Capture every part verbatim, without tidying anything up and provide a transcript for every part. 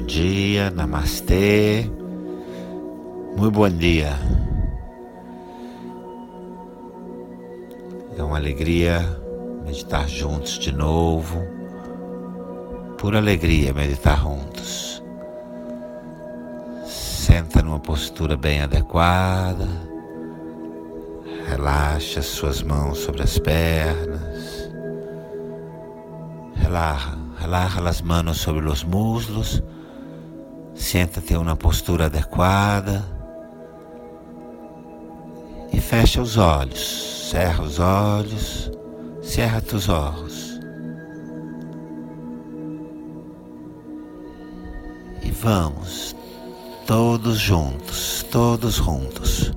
dia, namastê, muito bom dia. É uma alegria meditar juntos de novo, pura alegria meditar juntos. Senta numa postura bem adequada, relaxa suas mãos sobre as pernas, relaxa, relaxa as mãos sobre os muslos, senta-te em uma postura adequada e fecha os olhos, cerra os olhos, cerra teus olhos e vamos todos juntos, todos juntos,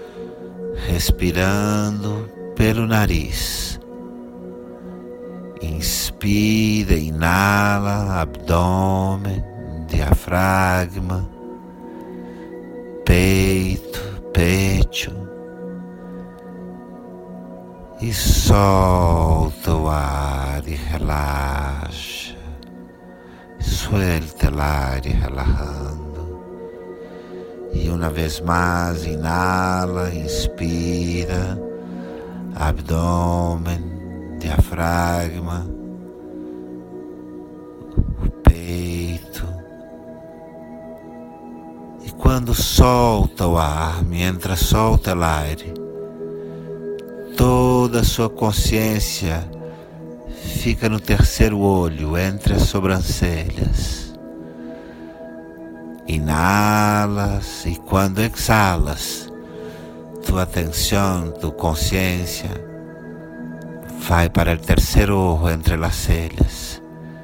respirando pelo nariz. Inspira, inala, abdômen, diafragma, peito, peito. E solta o ar e relaxa. Suelta o ar e relajando. E uma vez mais, inala, inspira, abdômen, diafragma, o peito. E quando solta o ar, mientras solta o ar, toda a sua consciência fica no terceiro olho, entre as sobrancelhas. Inalas e quando exalas, tua atenção, tua consciência vai para o terceiro olho entre as celhas.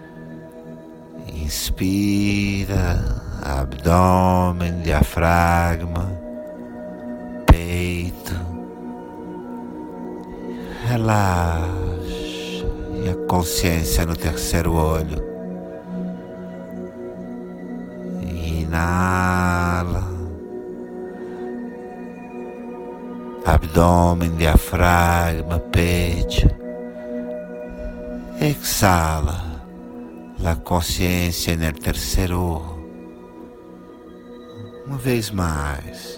Inspira, abdômen, diafragma, peito. Relaxa e a consciência no terceiro olho. Inala, abdômen, diafragma, peito. Exala a consciência no terceiro olho. Uma vez mais.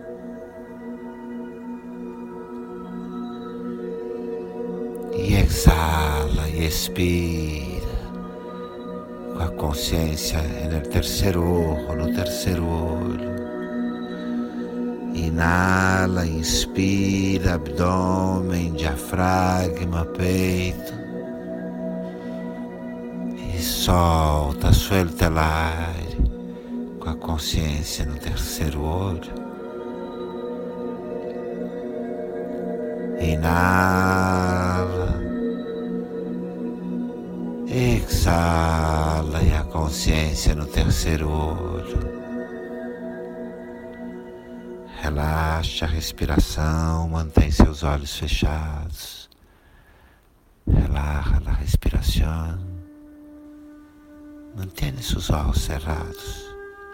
E exala e expira com a consciência no terceiro olho, no terceiro olho. Inala, inspira, abdômen, diafragma, peito. E solta, suelta o ar com a consciência no terceiro olho. Inala, exala e a consciência no terceiro olho. Relaxa a respiração, mantém seus olhos fechados. Relaxa a respiração, mantém seus olhos cerrados.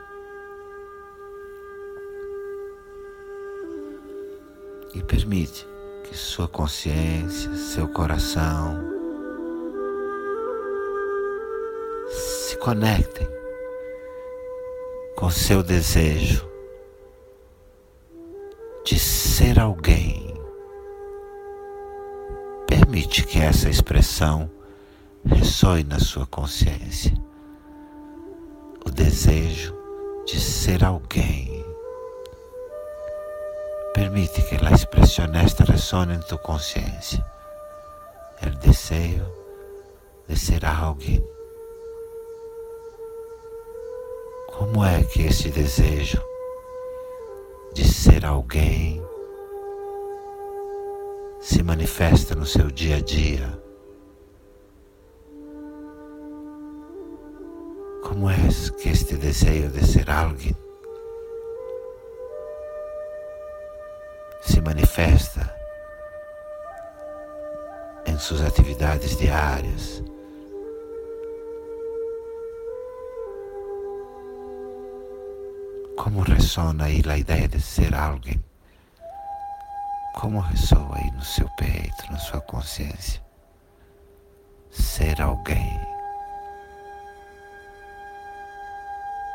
E permite que sua consciência, seu coração se conectem com seu desejo de ser alguém. Permite que essa expressão ressoe na sua consciência. O desejo de ser alguém. Permite que a expressão esta resone em tu consciência. O desejo de ser alguém. Como é que esse desejo de ser alguém se manifesta no seu dia a dia? Como é que este desejo de ser alguém se manifesta em suas atividades diárias? Como ressona aí a ideia de ser alguém? Como ressoa aí no seu peito, na sua consciência? Ser alguém.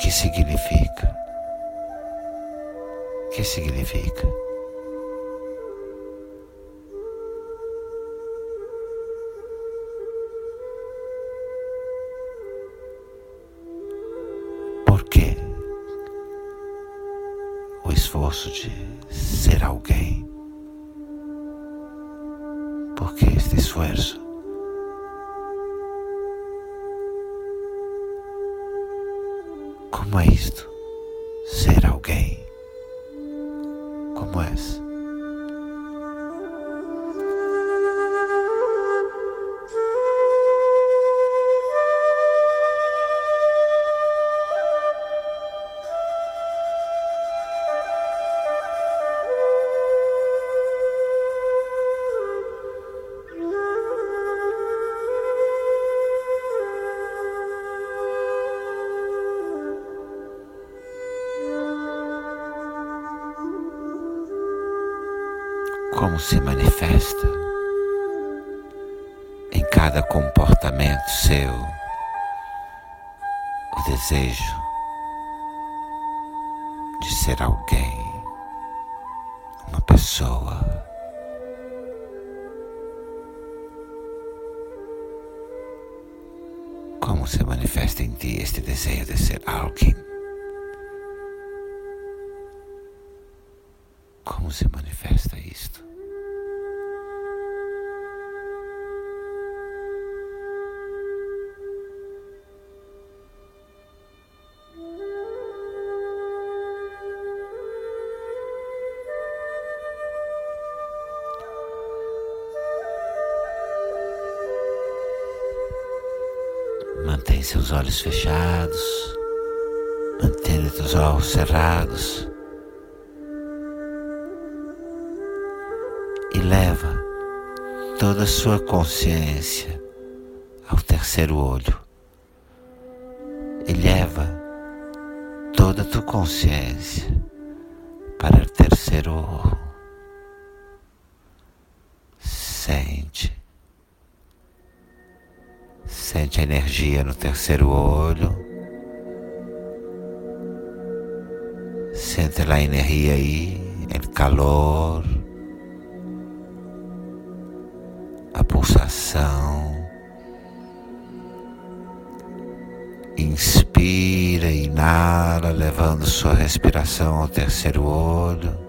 que significa? O que significa? Por que o esforço de ser alguém? Por que este esforço? Como é isto? Ser alguém? Como é? Como se manifesta em cada comportamento seu o desejo de ser alguém, uma pessoa. Como se manifesta em ti este desejo de ser alguém? Como se manifesta isto? Mantém seus olhos fechados, mantendo teus olhos cerrados e leva toda a sua consciência ao terceiro olho e leva toda a tua consciência para o terceiro olho. Sente. Sente a energia no terceiro olho. Sente a energia aí, o calor, a pulsação. Inspira, inala, levando sua respiração ao terceiro olho.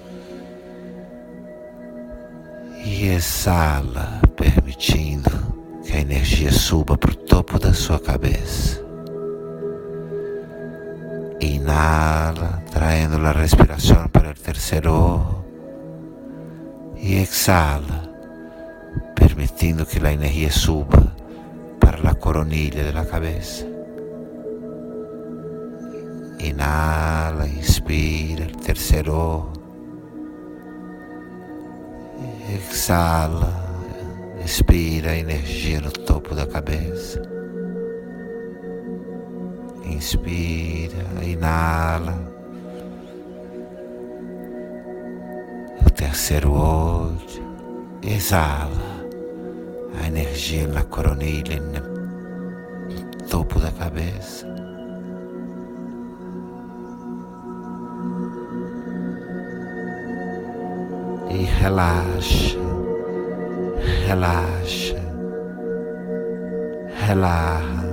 E exala, permitindo que a energia suba para o topo da sua cabeça. Inhala, trayendo a respiração para o terceiro olho. E exhala, permitindo que a energia suba para a coronilha da cabeça. Inhala, inspira, el tercer ojo. Exhala, expira a energia no topo da cabeça. Inspira, inala. O terceiro olho. Exala a energia na coronilha, no topo da cabeça. E relaxa, relaxa, relaxa,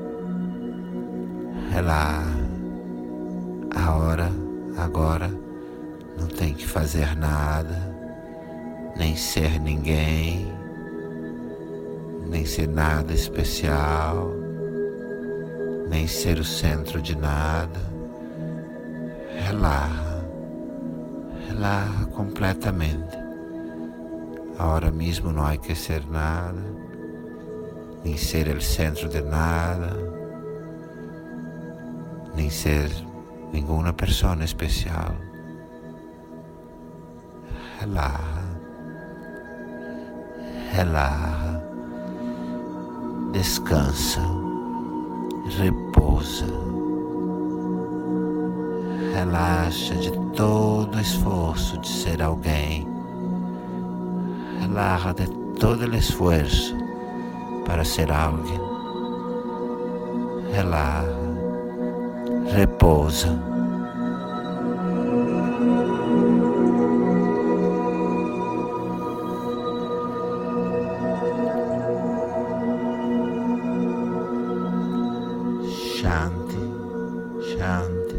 relaxa. A hora, agora, não tem que fazer nada, nem ser ninguém, nem ser nada especial, nem ser o centro de nada. Relaxa. Relaxa completamente. Agora mesmo não há que ser nada, nem ser o centro de nada, nem ser nenhuma pessoa especial. Relaxa, relaxa, descansa, repousa. Relaxa de todo o esforço de ser alguém. Relaxa de todo o esforço para ser alguém. Relaxa, repousa. Shanti, Shanti,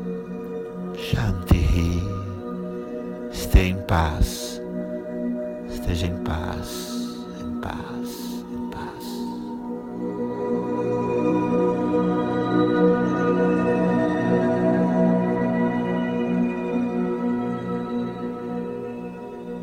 Shanti. Esteja em paz, esteja em paz, em paz.